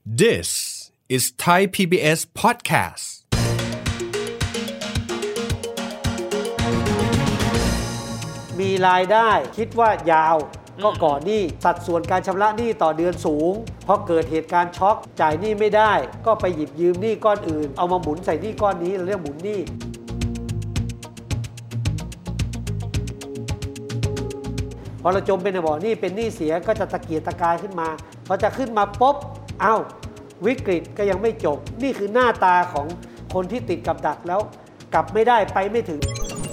This is Thai PBS podcast. มีรายได้คิดว่ายาวก็ก่อนหนี้สัดส่วนการชำระหนี้ต่อเดือนสูงพอเกิดเหตุการณ์ช็อคจ่ายหนี้ไม่ได้ก็ไปหยิบยืมหนี้ก้อนอื่นเอามาหมุนใส่หนี้ก้อนนี้เราเรียกหมุนหนี้พอเราจมเป็นบ่อหนี้เป็นหนี้เสียก็จะตะเกียกตะกายขึ้นมาพอจะขึ้นมาปุ๊บวิกฤตก็ยังไม่จบนี่คือหน้าตาของคนที่ติดกับดักแล้วกลับไม่ได้ไปไม่ถึง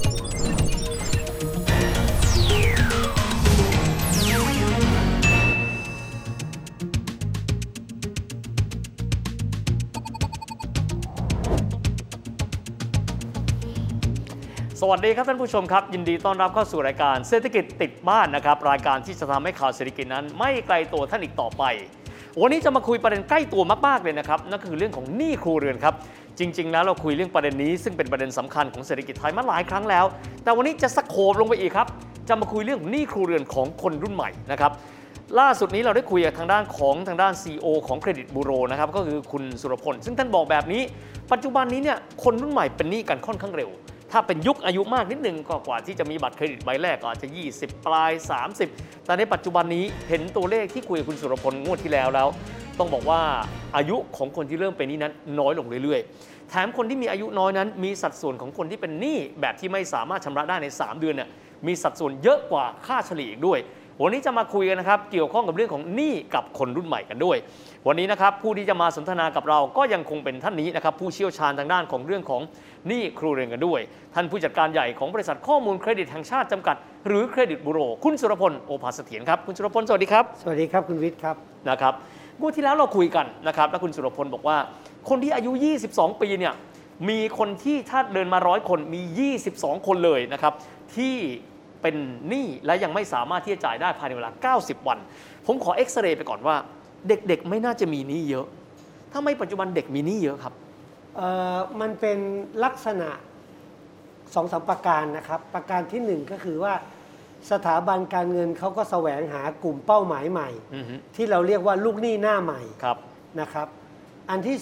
สวัสดีครับท่านผู้ชมครับยินดีต้อนรับเข้าสู่รายการเศรษฐกิจติดบ้านนะครับรายการที่จะทำให้ข่าวเศรษฐกิจนั้นไม่ไกลตัวท่านอีกต่อไปวันนี้จะมาคุยประเด็นใกล้ตัวมากๆเลยนะครับนั่นก็คือเรื่องของหนี้ครัวเรือนครับจริงๆแล้วเราคุยเรื่องประเด็นนี้ซึ่งเป็นประเด็นสำคัญของเศรษฐกิจไทยมาหลายครั้งแล้วแต่วันนี้จะสโคปลงไปอีกครับจะมาคุยเรื่องหนี้ครัวเรือนของคนรุ่นใหม่นะครับล่าสุดนี้เราได้คุยกับทางด้าน CEO ของเครดิตบูโรนะครับก็คือคุณสุรพลซึ่งท่านบอกแบบนี้ปัจจุบันนี้เนี่ยคนรุ่นใหม่เป็นหนี้กันค่อนข้างเร็วถ้าเป็นยุคอายุมากนิดนึงก็กว่าที่จะมีบัตรเครดิตใบแรกก็อาจจะ20ปลาย30แต่ในปัจจุบันนี้เห็นตัวเลขที่คุยกับคุณสุรพลงวดที่แล้วต้องบอกว่าอายุของคนที่เริ่มเป็นหนี้นั้นน้อยลงเรื่อยๆแถมคนที่มีอายุน้อยนั้นมีสัดส่วนของคนที่เป็นหนี้แบบที่ไม่สามารถชำระได้ใน3เดือนเนี่ยมีสัดส่วนเยอะกว่าค่าเฉลี่ยอีกด้วยวันนี้จะมาคุยกันนะครับเกี่ยวข้องกับเรื่องของหนี้กับคนรุ่นใหม่กันด้วยวันนี้นะครับผู้ที่จะมาสนทนากับเราก็ยังคงเป็นท่านนี้นะครับผู้เชี่ยวชาญทางด้านของเรื่องของหนี้ครัวเรือนกันด้วยท่านผู้จัดการใหญ่ของบริษัทข้อมูลเครดิตแห่งชาติจำกัดหรือเครดิตบูโรคุณสุรพลโอภาสเสถียรครับคุณสุรพลสวัสดีครับสวัสดีครับคุณวิทย์ครับนะครับงวดที่แล้วเราคุยกันนะครับและคุณสุรพลบอกว่าคนที่อายุ22ปีเนี่ยมีคนที่ถ้าเดินมา100คนมี22คนเลยนะครับที่เป็นหนี้และยังไม่สามารถที่จะจ่ายได้ภายในเวลา90วันผมขอเอ็กซเรย์ไปก่อนว่าเด็กๆไม่น่าจะมีหนี้เยอะทำไมปัจจุบันเด็กมีหนี้เยอะครับมันเป็นลักษณะ2-3ประการนะครับประการที่1ก็คือว่าสถาบันการเงินเขาก็แสวงหากลุ่มเป้าหมายใหม่ที่เราเรียกว่าลูกหนี้หน้าใหม่นะครับอันที่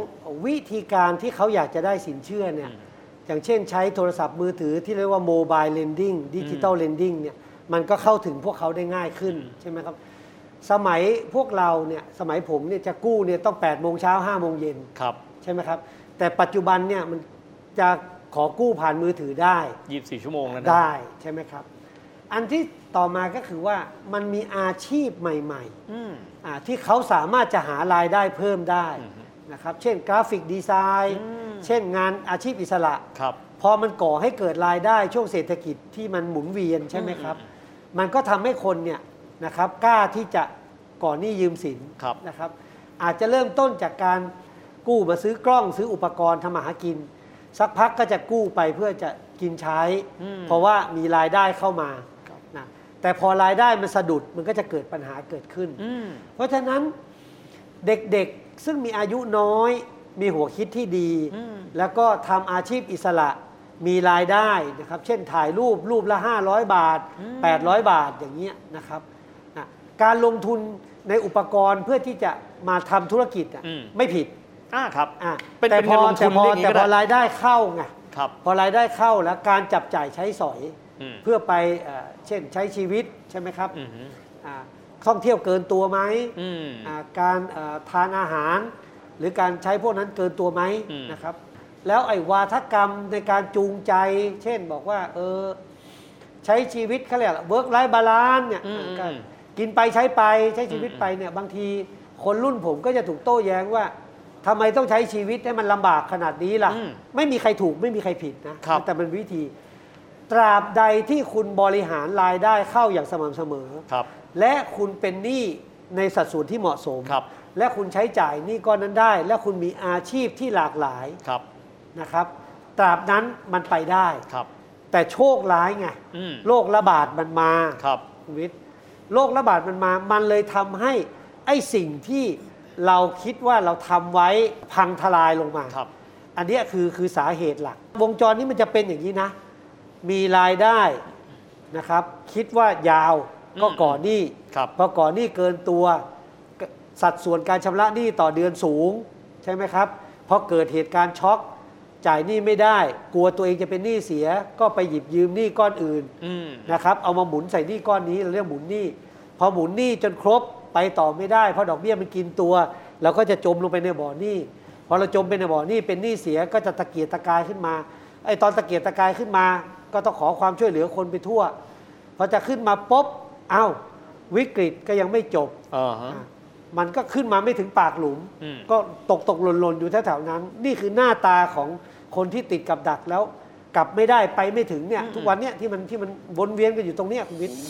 2วิธีการที่เขาอยากจะได้สินเชื่อเนี่ยอย่างเช่นใช้โทรศัพท์มือถือที่เรียกว่าโมบายเลนดิ้งดิจิตอลเลนดิ้งเนี่ยมันก็เข้าถึงพวกเขาได้ง่ายขึ้นใช่ไหมครับสมัยพวกเราเนี่ยสมัยผมเนี่ยจะกู้เนี่ยต้อง8 โมงเช้า5 โมงเย็นใช่ไหมครับแต่ปัจจุบันเนี่ยมันจะขอกู้ผ่านมือถือได้ 24 ชั่วโมงแล้วนะได้ใช่ไหมครับอันที่ต่อมาก็คือว่ามันมีอาชีพใหม่ๆที่เขาสามารถจะหารายได้เพิ่มได้นะครับเช่นกราฟิกดีไซน์เช่นงานอาชีพอิสระพอมันก่อให้เกิดรายได้ช่วงเศรษฐกิจที่มันหมุนเวียนใช่ไหมครับมันก็ทำให้คนเนี่ยนะครับกล้าที่จะก่อหนี้ยืมสินนะครับอาจจะเริ่มต้นจากการกู้มาซื้อกล้องซื้ออุปกรณ์ทำมาหากินสักพักก็จะกู้ไปเพื่อจะกินใช้เพราะว่ามีรายได้เข้ามานะแต่พอรายได้มันสะดุดมันก็จะเกิดปัญหาเกิดขึ้นเพราะฉะนั้นเด็กๆซึ่งมีอายุน้อยมีหัวคิดที่ดีแล้วก็ทำอาชีพอิสระมีรายได้นะครับเช่นถ่ายรูปละ500 บาท800 บาทอย่างเงี้ยนะครับการลงทุนในอุปกรณ์เพื่อที่จะมาทำธุรกิจไม่ผิดครับแต่พอรายได้เข้าไงพอรายได้เข้าแล้วการจับจ่ายใช้สอยเพื่อไปเช่นใช้ชีวิตใช่ไหมครับท่องเที่ยวเกินตัวไหมการทานอาหารหรือการใช้พวกนั้นเกินตัวไหมนะครับแล้วไอ้วาทกรรมในการจูงใจเช่นบอกว่าใช้ชีวิตเขาเรียก work life balance เนี่ยกินไปใช้ไปใช้ชีวิตไปเนี่ยบางทีคนรุ่นผมก็จะถูกโต้แย้งว่าทำไมต้องใช้ชีวิตให้มันลำบากขนาดนี้ล่ะไม่มีใครถูกไม่มีใครผิดนะแต่เป็นวิธีตราบใดที่คุณบริหารรายได้เข้าอย่างสม่ำเสมอและคุณเป็นหนี้ในสัดส่วนที่เหมาะสมและคุณใช้จ่ายหนี้ก้อนนั้นได้และคุณมีอาชีพที่หลากหลายนะครับตราบนั้นมันไปได้แต่โชคร้ายไงโรคระบาดมันมาวิทย์โรคระบาดมันเลยทำให้ไอ้สิ่งที่เราคิดว่าเราทำไว้พังทลายลงมาอันนี้คือสาเหตุหลักวงจรนี้มันจะเป็นอย่างนี้นะมีรายได้นะครับคิดว่ายาวก็ก่อหนี้พอก่อหนี้เกินตัวสัดส่วนการชำระหนี้ต่อเดือนสูงใช่ไหมครับพอเกิดเหตุการณ์ช็อกจ่ายหนี้ไม่ได้กลัวตัวเองจะเป็นหนี้เสียก็ไปหยิบยืมหนี้ก้อนอื่นนะครับเอามาหมุนใส่หนี้ก้อนนี้เราเรียกหมุนหนี้พอหมุนหนี้จนครบไปต่อไม่ได้เพราะดอกเบี้ยมันกินตัวเราก็จะจมลงไปในบ่อหนี้พอเราจมไปในบ่อหนี้เป็นหนี้เสียก็จะตะเกียกตะกายขึ้นมาไอ้ตอนตะเกียกตะกายขึ้นมาก็ต้องขอความช่วยเหลือคนไปทั่วพอจะขึ้นมาปุ๊บวิกฤตก็ยังไม่จบมันก็ขึ้นมาไม่ถึงปากหลุมก็ตกหล่นอยู่แถวๆนั้นนี่คือหน้าตาของคนที่ติดกับดักแล้วกลับไม่ได้ไปไม่ถึงเนี่ยทุกวันเนี่ยที่มันวนเวียนกันอยู่ตรงเนี้ยคุณวิทย์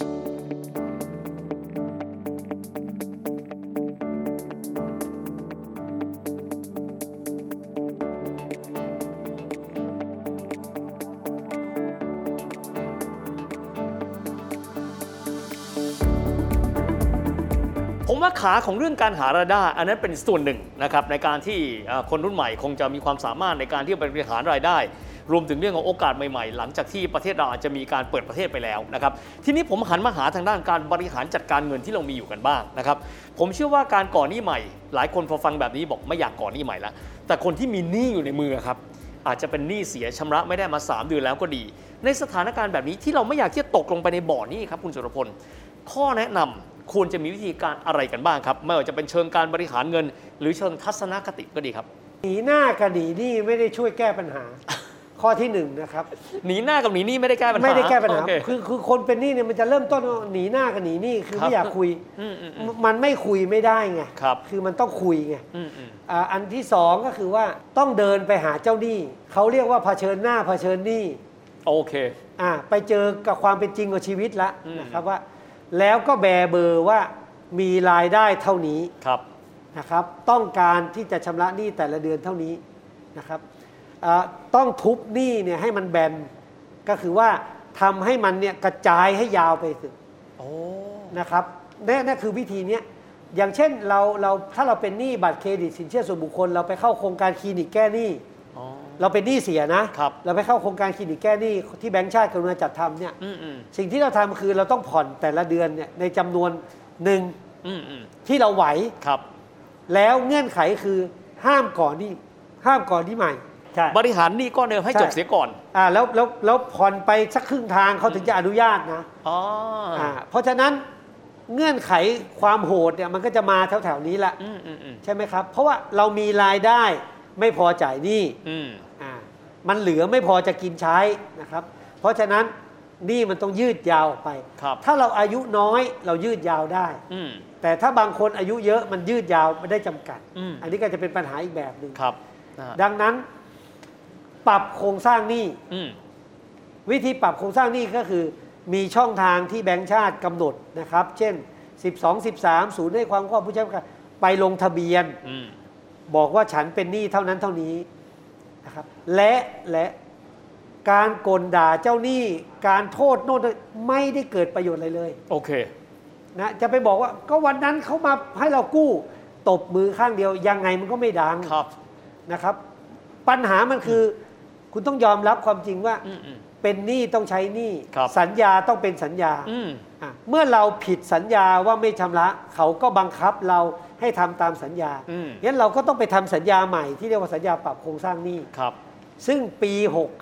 ผมว่าขาของเรื่องการหารายได้อันนั้นเป็นส่วนหนึ่งนะครับในการที่คนรุ่นใหม่คงจะมีความสามารถในการที่จะบริหารรายได้รวมถึงเรื่องของโอกาสใหม่ๆหลังจากที่ประเทศเราอาจจะมีการเปิดประเทศไปแล้วนะครับทีนี้ผมหันมาหาทางด้านการบริหารจัดการเงินที่เรามีอยู่กันบ้างนะครับผมเชื่อว่าการก่อหนี้ใหม่หลายคนพอฟังแบบนี้บอกไม่อยากก่อหนี้ใหม่แล้วแต่คนที่มีหนี้อยู่ในมือครับอาจจะเป็นหนี้เสียชำระไม่ได้มา3 เดือนแล้วก็ดีในสถานการณ์แบบนี้ที่เราไม่อยากที่จะตกลงไปในบ่อนี้ครับคุณสุรพลข้อแนะนำควรจะมีวิธีการอะไรกันบ้างครับไม่ว่าจะเป็นเชิงการบริหารเงินหรือเชิงทัศนคติก็ดีครับหนีหน้ากับหนีหนี้ไม่ได้ช่วยแก้ปัญหา ข้อที่1นะครับหนีหน้ากับหนีหนี้ไม่ได้แก้ปัญหาไม่ได้แก้ปัญหาคือคนเป็นหนี้เนี่ยมันจะเริ่มต้นหนีหน้ากับหนีหนี้คือไม่อยากคุยมันไม่คุยไม่ได้ไงคือมันต้องคุยไงอันที่2ก็คือว่าต้องเดินไปหาเจ้าหนี้เขาเรียกว่าเผชิญหน้าเผชิญหนี้โอเคไปเจอกับความเป็นจริงของชีวิตแล้วนะครับว่าแล้วก็แบเบอร์ว่ามีรายได้เท่านี้นะครับต้องการที่จะชำระหนี้แต่ละเดือนเท่านี้นะครับต้องทุบหนี้เนี่ยให้มันแบนก็คือว่าทำให้มันเนี่ยกระจายให้ยาวไปถึงนะครับนั่นคือวิธีนี้อย่างเช่นเราถ้าเราเป็นหนี้บัตรเครดิตสินเชื่อส่วนบุคคลเราไปเข้าโครงการคลินิกแก้หนี้เราเป็นหนี้เสียนะเราไปเข้าโครงการคลินิกแก้หนี้ที่แบงก์ชาติกรุณาจัดทำเนี่ยสิ่งที่เราทำคือเราต้องผ่อนแต่ละเดือนเนี่ยในจำนวนหนึ่งที่เราไหวแล้วเงื่อนไขคือห้ามก่อนหนี้ใหม่บริหารหนี้ก้อนเดิมให้จบเสียก่อนแล้วผ่อนไปสักครึ่งทางเขาถึงจะอนุญาตนะเพราะฉะนั้นเงื่อนไขความโหดเนี่ยมันก็จะมาแถวๆนี้แหละใช่ไหมครับเพราะว่าเรามีรายได้ไม่พอจ่ายหนี้มันเหลือไม่พอจะกินใช้นะครับเพราะฉะนั้นหนี้มันต้องยืดยาวออกไปถ้าเราอายุน้อยเรายืดยาวได้แต่ถ้าบางคนอายุเยอะมันยืดยาวไม่ได้จำกัดอันนี้ก็จะเป็นปัญหาอีกแบบหนึ่งดังนั้นปรับโครงสร้างหนี้วิธีปรับโครงสร้างหนี้ก็คือมีช่องทางที่แบงก์ชาติกำหนดนะครับเช่น12-13ศูนย์ให้ความข้อผู้ใช้บริการไปลงทะเบียนบอกว่าฉันเป็นหนี้เท่านั้นเท่านี้นะครับและการกลด่าเจ้าหนี้การโทษโน่นไม่ได้เกิดประโยชน์อะไรเลยโอเคนะจะไปบอกว่าก็วันนั้นเขามาให้เรากู้ตบมือข้างเดียวยังไงมันก็ไม่ดังนะครับปัญหามันคือคุณต้องยอมรับความจริงว่าเป็นหนี้ต้องใช้หนี้สัญญาต้องเป็นสัญญาเมื่อเราผิดสัญญาว่าไม่ชำระเขาก็บังคับเราให้ทำตามสัญญางั้นเราก็ต้องไปทำสัญญาใหม่ที่เรียกว่าสัญญาปรับโครงสร้างหนี้ซึ่งปี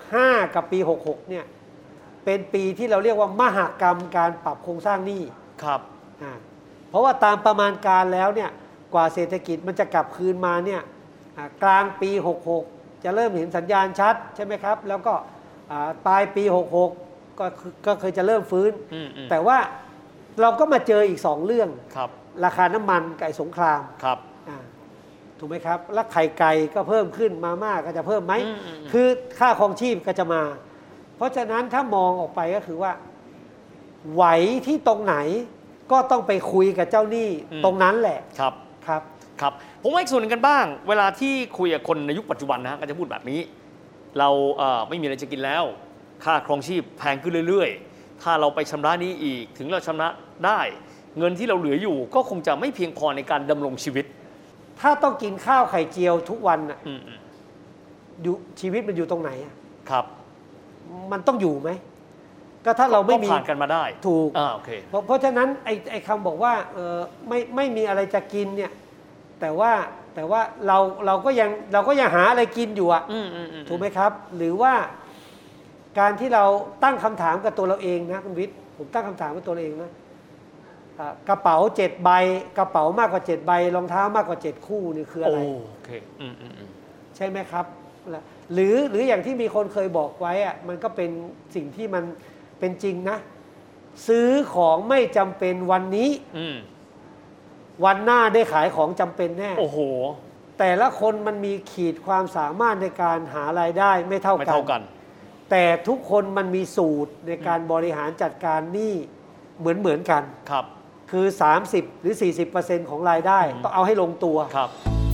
65กับปี66เนี่ยเป็นปีที่เราเรียกว่ามหกรรมการปรับโครงสร้างหนี้เพราะว่าตามประมาณการแล้วเนี่ยกว่าเศรษฐกิจมันจะกลับคืนมาเนี่ยกลางปี66จะเริ่มเห็นสัญญาณชัดใช่ไหมครับแล้วก็ปลายปี66ก็เคยจะเริ่มฟื้นแต่ว่าเราก็มาเจออีก2เรื่องราคาน้ำมันกับสงครามถูกไหมครับแล้วไข่ไก่ก็เพิ่มขึ้นมาม่าก็จะเพิ่มไหมคือค่าครองชีพก็จะมาเพราะฉะนั้นถ้ามองออกไปก็คือว่าไหวที่ตรงไหนก็ต้องไปคุยกับเจ้าหนี้ตรงนั้นแหละครับผมว่าอีกส่วนหนึ่งกันบ้างเวลาที่คุยกับคนในยุคปัจจุบันนะก็จะพูดแบบนี้เราไม่มีอะไรจะกินแล้วค่าครองชีพแพงขึ้นเรื่อยๆถ้าเราไปชำระนี้อีกถึงเราชำระได้เงินที่เราเหลืออยู่ก็คงจะไม่เพียงพอในการดำรงชีวิตถ้าต้องกินข้าวไข่เจียวทุกวันอยู่ชีวิตมันอยู่ตรงไหนครับมันต้องอยู่ไหมก็ถ้าเราไม่มีผ่านกันมาได้ถูกโอเคเพราะฉะนั้นไอ้คำบอกว่าไม่มีอะไรจะกินเนี่ยแต่ว่าเราก็ยังหาอะไรกินอยู่อ่ะถูกไหมครับหรือว่าการที่เราตั้งคำถามกับตัวเราเองนะคุณวิทย์ผมตั้งคำถามกับตัวเราเองนะกระเป๋า7 ใบกระเป๋ามากกว่า7 ใบรองเท้ามากกว่า7 คู่นี่คืออะไรโอเคใช่ไหมครับหรืออย่างที่มีคนเคยบอกไว้อะมันก็เป็นสิ่งที่มันเป็นจริงนะซื้อของไม่จำเป็นวันนี้วันหน้าได้ขายของจำเป็นแน่โอ้โหแต่ละคนมันมีขีดความสามารถในการหารายได้ไม่เท่ากันแต่ทุกคนมันมีสูตรในการบริหารจัดการหนี้เหมือนกันครับคือ30หรือ 40% ของรายได้ต้องเอาให้ลงตัวครับ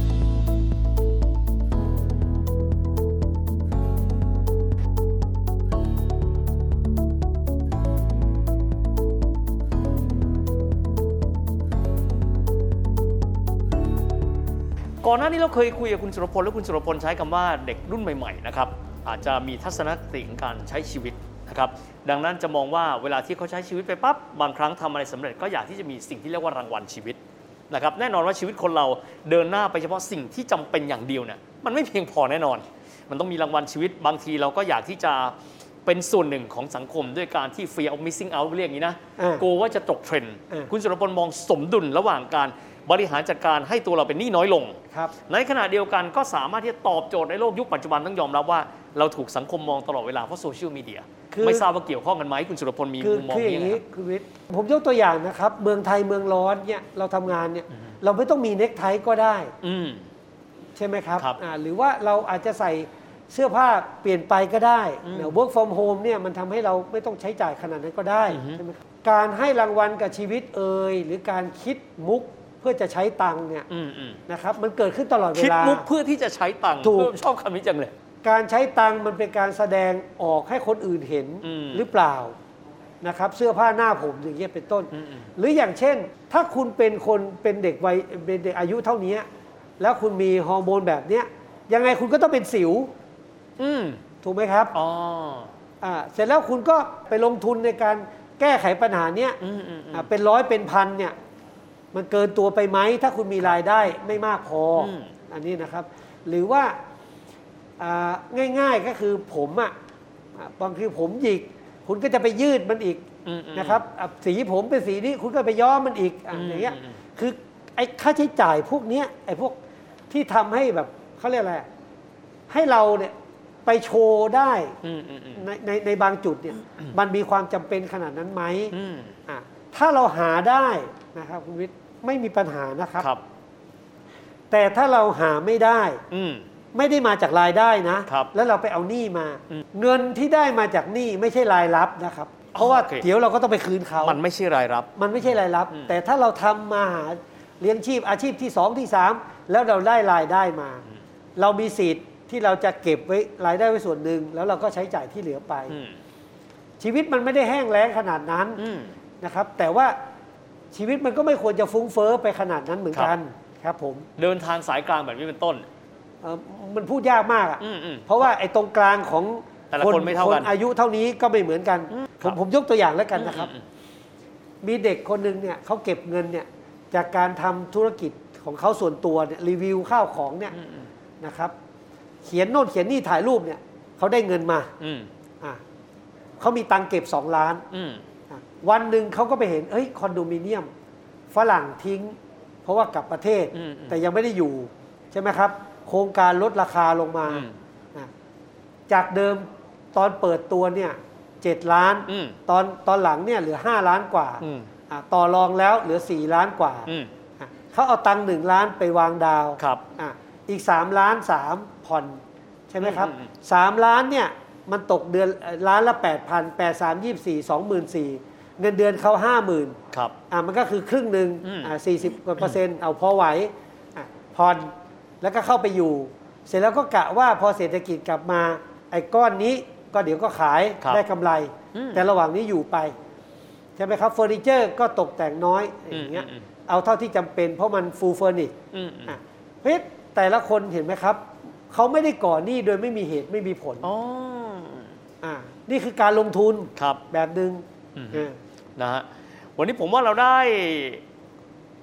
ก่อนหน้านี้เราเคยคุยกับคุณสุรพลแล้วคุณสุรพลใช้คำว่าเด็กรุ่นใหม่ๆนะครับอาจจะมีทัศนคติของการใช้ชีวิตนะครับดังนั้นจะมองว่าเวลาที่เขาใช้ชีวิตไปปั๊บบางครั้งทำอะไรสำเร็จก็อยากที่จะมีสิ่งที่เรียกว่ารางวัลชีวิตนะครับแน่นอนว่าชีวิตคนเราเดินหน้าไปเฉพาะสิ่งที่จำเป็นอย่างเดียวเนี่ยมันไม่เพียงพอแน่นอนมันต้องมีรางวัลชีวิตบางทีเราก็อยากที่จะเป็นส่วนหนึ่งของสังคมด้วยการที่ fear of missing out เรียกอย่างนี้นะกลัวว่าจะตกเทรนด์คุณสุรพลมองสมดุลระหว่างการบริหารจัดการให้ตัวเราเป็นหนี้น้อยลงในขณะเดียวกันก็สามารถที่จะตอบโจทย์ในโลกยุคปัจจุบันต้องยอมรับว่าเราถูกสังคมมองตลอดเวลาเพราะโซเชียลมีเดียไม่ทราบว่าเกี่ยวข้องกันไหมคุณสุรพลมีมุมมองนี้ไหมคุณวิทย์ผมยกตัวอย่างนะครับเมืองไทยเมืองร้อนเนี่ยเราทำงานเนี่ยเราไม่ต้องมีเน็กไทก็ได้ใช่ไหมครับหรือว่าเราอาจจะใส่เสื้อผ้าเปลี่ยนไปก็ได้work from home เนี่ยมันทำให้เราไม่ต้องใช้จ่ายขนาดนั้นก็ได้ใช่ไหมการให้รางวัลกับชีวิตหรือการคิดมุกเพื่อจะใช้ตังค์เนี่ยนะครับมันเกิดขึ้นตลอดเวลาคิดมุกเพื่อที่จะใช้ตังค์ชอบคำนี้จังเลยการใช้ตังค์มันเป็นการแสดงออกให้คนอื่นเห็นหรือเปล่านะครับเสื้อผ้าหน้าผมอย่างเงี้ยเป็นต้นหรืออย่างเช่นถ้าคุณเป็นเด็กวัยเป็นเด็กอายุเท่านี้แล้วคุณมีฮอร์โมนแบบเนี้ยยังไงคุณก็ต้องเป็นสิวถูกไหมครับเสร็จแล้วคุณก็ไปลงทุนในการแก้ไขปัญหาเนี้ยเป็นร้อยเป็นพันเนี่ยมันเกินตัวไปไหมถ้าคุณมีรายได้ไม่มากพออันนี้นะครับหรือว่าง่ายๆก็คือผมบางทีผมหยิกคุณก็จะไปยืดมันอีกนะครับสีผมเป็นสีนี้คุณก็ไปย้อมมันอีกอย่างเงี้ยคือไอ้ค่าใช้จ่ายพวกนี้ไอ้พวกที่ทำให้แบบเขาเรียกอะไรให้เราเนี่ยไปโชว์ได้ในบางจุดเนี่ยมันมีความจำเป็นขนาดนั้นไหมถ้าเราหาได้นะครับคุณวิทย์ไม่มีปัญหานะครับแต่ถ้าเราหาไม่ได้ไม่ได้มาจากรายได้นะแล้วเราไปเอาหนี้มาเงินที่ได้มาจากหนี้ไม่ใช่รายรับนะครับเพราะว่าเดี๋ยวเราก็ต้องไปคืนเขามันไม่ใช่รายรับมันไม่ใช่รายรับแต่ถ้าเราทำมาหาเลี้ยงชีพอาชีพที่2ที่3แล้วเราได้รายได้มาเรามีสิทธิ์ที่เราจะเก็บไว้รายได้ไว้ส่วนหนึ่งแล้วเราก็ใช้จ่ายที่เหลือไปชีวิตมันไม่ได้แห้งแล้งขนาดนั้นนะครับแต่ว่าชีวิตมันก็ไม่ควรจะฟุ้งเฟ้อไปขนาดนั้นเหมือนกันครับผมเดินทางสายกลางแบบนี้เป็นต้นมันพูดยากมากเพราะว่าไอ้ตรงกลางของคนอายุเท่านี้ก็ไม่เหมือนกันผมยกตัวอย่างแล้วกันนะครับมีเด็กคนหนึ่งเนี่ยเขาเก็บเงินเนี่ยจากการทำธุรกิจของเขาส่วนตัวเนี่ยรีวิวข้าวของเนี่ยนะครับเขียนโน่นเขียนนี่ถ่ายรูปเนี่ยเขาได้เงินมาเขามีตังเก็บ2 ล้านวันหนึ่งเขาก็ไปเห็นคอนโดมิเนียมฝรั่งทิ้งเพราะว่ากลับประเทศแต่ยังไม่ได้อยู่ใช่ไหมครับโครงการลดราคาลงมาจากเดิมตอนเปิดตัวเนี่ย7 ล้านตอนหลังเนี่ยเหลือ5 ล้านกว่าต่อรองแล้วเหลือ4 ล้านกว่าเขาเอาตังค์1 ล้านไปวางดาวอีก3 ล้าน3ผ่อนใช่ไหมครับ3 ล้านเนี่ยมันตกเดือนล้านละ 8,000 8 3 24 24,000เงินเดือนเขา50,000 ครับมันก็คือครึ่งหนึ่ง40%กว่าเอาพอไหวผ่อนแล้วก็เข้าไปอยู่เสร็จแล้วก็กะว่าพอเศรษฐกิจกลับมาไอ้ก้อนนี้ก็เดี๋ยวก็ขายได้กำไรแต่ระหว่างนี้อยู่ไปใช่ไหมครับเฟอร์นิเจอร์ก็ตกแต่งน้อยอย่างเงี้ยเอาเท่าที่จำเป็นเพราะมันฟูลเฟอร์นิชเพราะแต่ละคนเห็นไหมครับเขาไม่ได้ก่อหนี้โดยไม่มีเหตุไม่มีผลนี่คือการลงทุนแบบนึงนะฮะวันนี้ผมว่าเราได้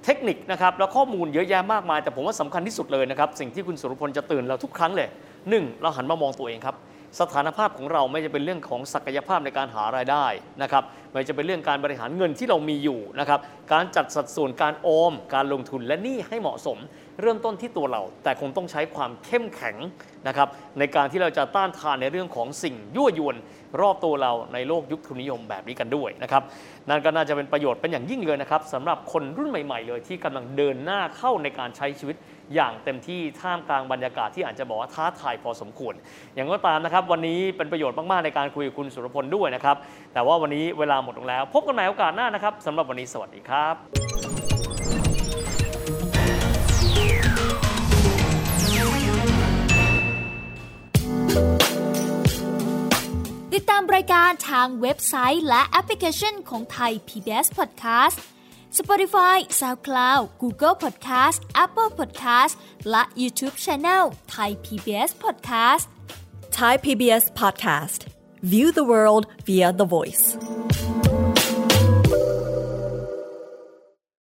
เทคนิคนะครับแล้วข้อมูลเยอะแยะมากมายแต่ผมว่าสำคัญที่สุดเลยนะครับสิ่งที่คุณสุรพลจะตื่นเราทุกครั้งเลย1เราหันมามองตัวเองครับสถานภาพของเราไม่จะเป็นเรื่องของศักยภาพในการหารายได้นะครับไม่จะเป็นเรื่องการบริหารเงินที่เรามีอยู่นะครับการจัดสัดส่วนการออมการลงทุนและหนี้ให้เหมาะสมเริ่มต้นที่ตัวเราแต่คงต้องใช้ความเข้มแข็งนะครับในการที่เราจะต้านทานในเรื่องของสิ่งยั่วยวนรอบตัวเราในโลกยุคทุนนิยมแบบนี้กันด้วยนะครับนั่นก็น่าจะเป็นประโยชน์เป็นอย่างยิ่งเลยนะครับสำหรับคนรุ่นใหม่ๆเลยที่กำลังเดินหน้าเข้าในการใช้ชีวิตอย่างเต็มที่ท่ามกลางบรรยากาศที่อาจจะบอกว่าท้าทายพอสมควรอย่างก็ตามนะครับวันนี้เป็นประโยชน์มากๆในการคุยกับคุณสุรพลด้วยนะครับแต่ว่าวันนี้เวลาหมดลงแล้วพบกันใหม่โอกาสหน้านะครับสำหรับวันนี้สวัสดีครับติดตามรายการทางเว็บไซต์และแอปพลิเคชันของไทย PBS Podcast Spotify, SoundCloud, Google Podcast, Apple Podcast และ YouTube Channel Thai PBS Podcast Thai PBS Podcast. View the world via the voice.